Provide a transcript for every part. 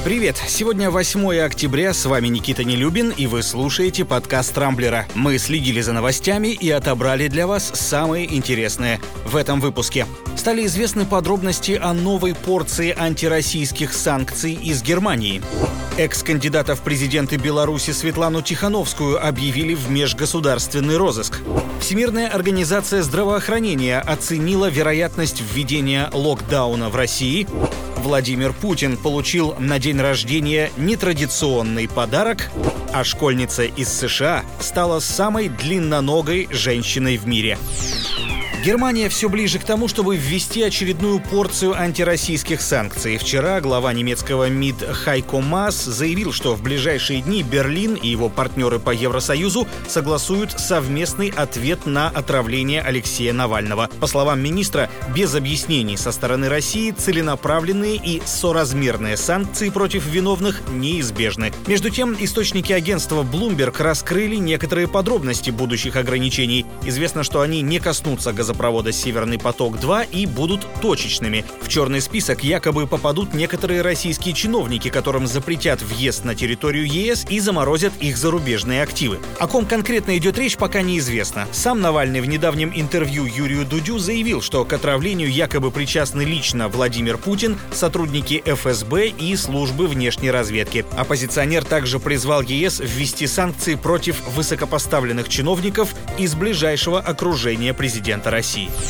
Привет! Сегодня 8 октября, с вами Никита Нелюбин, и вы слушаете подкаст «Рамблера». Мы следили за новостями и отобрали для вас самые интересные в этом выпуске. Стали известны подробности о новой порции антироссийских санкций из Германии. Экс-кандидата в президенты Беларуси Светлану Тихановскую объявили в межгосударственный розыск. Всемирная организация здравоохранения оценила вероятность введения локдауна в России. Владимир Путин получил на день рождения нетрадиционный подарок, а школьница из США стала самой длинноногой женщиной в мире. Германия все ближе к тому, чтобы ввести очередную порцию антироссийских санкций. Вчера глава немецкого МИД Хайко Маас заявил, что в ближайшие дни Берлин и его партнеры по Евросоюзу согласуют совместный ответ на отравление Алексея Навального. По словам министра, без объяснений со стороны России целенаправленные и соразмерные санкции против виновных неизбежны. Между тем, источники агентства Bloomberg раскрыли некоторые подробности будущих ограничений. Известно, что они не коснутся газопровода «Северный поток-2» и будут точечными. В черный список якобы попадут некоторые российские чиновники, которым запретят въезд на территорию ЕС и заморозят их зарубежные активы. О ком конкретно идет речь, пока неизвестно. Сам Навальный в недавнем интервью Юрию Дудю заявил, что к отравлению якобы причастны лично Владимир Путин, сотрудники ФСБ и службы внешней разведки. Оппозиционер также призвал ЕС ввести санкции против высокопоставленных чиновников из ближайшего окружения президента России.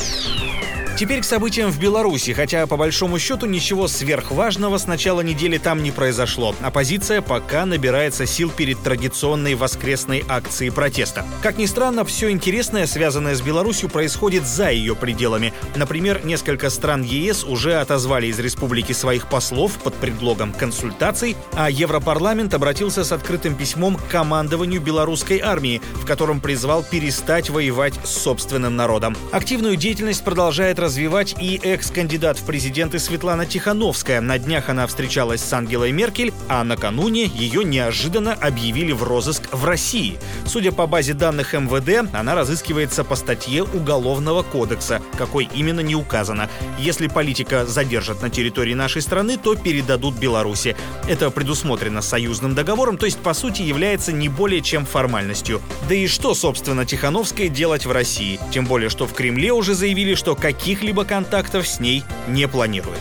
Теперь к событиям в Беларуси, хотя по большому счету ничего сверхважного с начала недели там не произошло. Оппозиция пока набирается сил перед традиционной воскресной акцией протеста. Как ни странно, все интересное, связанное с Беларусью, происходит за ее пределами. Например, несколько стран ЕС уже отозвали из республики своих послов под предлогом консультаций, а Европарламент обратился с открытым письмом к командованию белорусской армии, в котором призвал перестать воевать с собственным народом. Активную деятельность продолжает развивать и экс-кандидат в президенты Светлана Тихановская. На днях она встречалась с Ангелой Меркель, а накануне ее неожиданно объявили в розыск в России. Судя по базе данных МВД, она разыскивается по статье Уголовного кодекса, какой именно не указано. Если политика задержат на территории нашей страны, то передадут Беларуси. Это предусмотрено союзным договором, то есть по сути является не более чем формальностью. Да и что, собственно, Тихановской делать в России? Тем более, что в Кремле уже заявили, что каких-либо контактов с ней не планирует.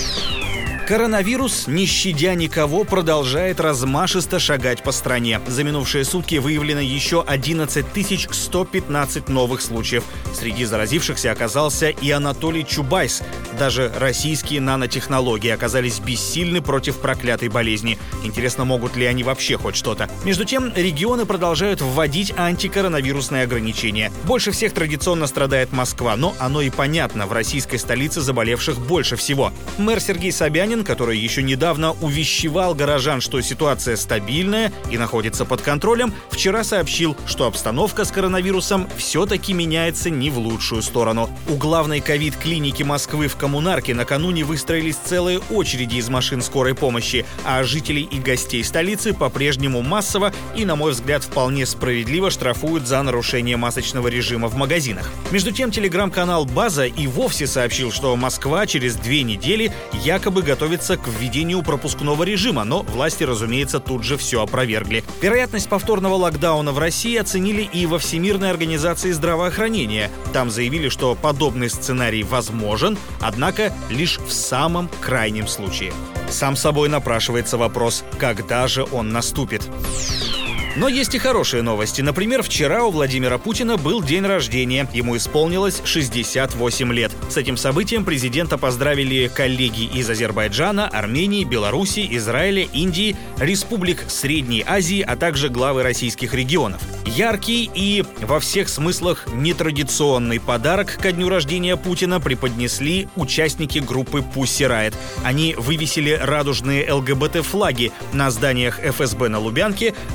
Коронавирус, не щадя никого, продолжает размашисто шагать по стране. За минувшие сутки выявлено еще 11 115 новых случаев. Среди заразившихся оказался и Анатолий Чубайс. Даже российские нанотехнологии оказались бессильны против проклятой болезни. Интересно, могут ли они вообще хоть что-то? Между тем, регионы продолжают вводить антикоронавирусные ограничения. Больше всех традиционно страдает Москва, но оно и понятно, в российской столице заболевших больше всего. Мэр Сергей Собянин, который еще недавно увещевал горожан, что ситуация стабильная и находится под контролем, вчера сообщил, что обстановка с коронавирусом все-таки меняется не в лучшую сторону. У главной ковид-клиники Москвы в Коммунарке накануне выстроились целые очереди из машин скорой помощи, а жителей и гостей столицы по-прежнему массово и, на мой взгляд, вполне справедливо штрафуют за нарушение масочного режима в магазинах. Между тем, телеграм-канал «База» и вовсе сообщил, что Москва через 2 недели якобы готовится к введению пропускного режима, но власти, разумеется, тут же все опровергли. Вероятность повторного локдауна в России оценили и во Всемирной организации здравоохранения. Там заявили, что подобный сценарий возможен, однако лишь в самом крайнем случае. Сам собой напрашивается вопрос, когда же он наступит? Но есть и хорошие новости. Например, вчера у Владимира Путина был день рождения. Ему исполнилось 68 лет. С этим событием президента поздравили коллеги из Азербайджана, Армении, Беларуси, Израиля, Индии, республик Средней Азии, а также главы российских регионов. Яркий и во всех смыслах нетрадиционный подарок ко дню рождения Путина преподнесли участники группы Pussy Riot. Они вывесили радужные ЛГБТ-флаги на зданиях ФСБ на Лубянке, администрации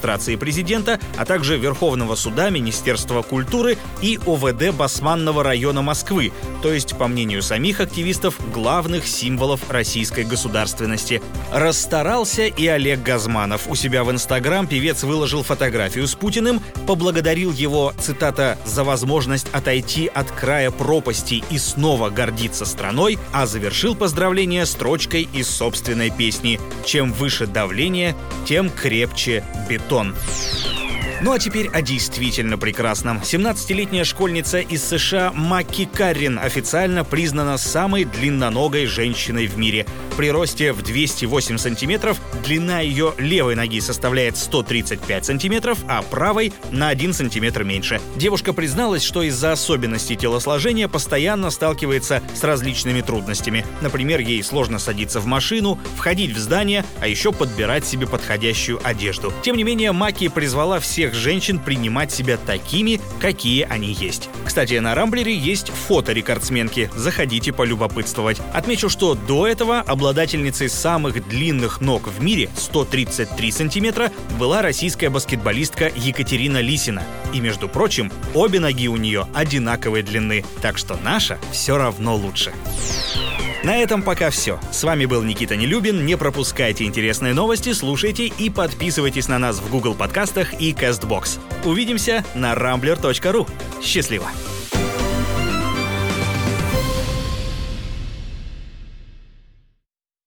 администрации президента, а также Верховного суда, Министерства культуры и ОВД Басманного района Москвы, то есть, по мнению самих активистов, главных символов российской государственности. Расстарался и Олег Газманов. У себя в Инстаграм певец выложил фотографию с Путиным, поблагодарил его, цитата, «за возможность отойти от края пропасти и снова гордиться страной», а завершил поздравление строчкой из собственной песни «Чем выше давление, тем крепче бетон». Ну а теперь о действительно прекрасном. 17-летняя школьница из США Макки Каррин официально признана самой длинноногой женщиной в мире. При росте в 208 сантиметров длина ее левой ноги составляет 135 сантиметров, а правой на 1 сантиметр меньше. Девушка призналась, что из-за особенностей телосложения постоянно сталкивается с различными трудностями. Например, ей сложно садиться в машину, входить в здание, а еще подбирать себе подходящую одежду. Тем не менее, Макки призвала всех женщин принимать себя такими, какие они есть. Кстати, на Рамблере есть фото рекордсменки. Заходите полюбопытствовать. Отмечу, что до этого обладательницей самых длинных ног в мире, 133 сантиметра, была российская баскетболистка Екатерина Лисина. И, между прочим, обе ноги у нее одинаковой длины, так что наша все равно лучше. На этом пока все. С вами был Никита Нелюбин. Не пропускайте интересные новости, слушайте и подписывайтесь на нас в Google подкастах и CastBox. Увидимся на rambler.ru. Счастливо!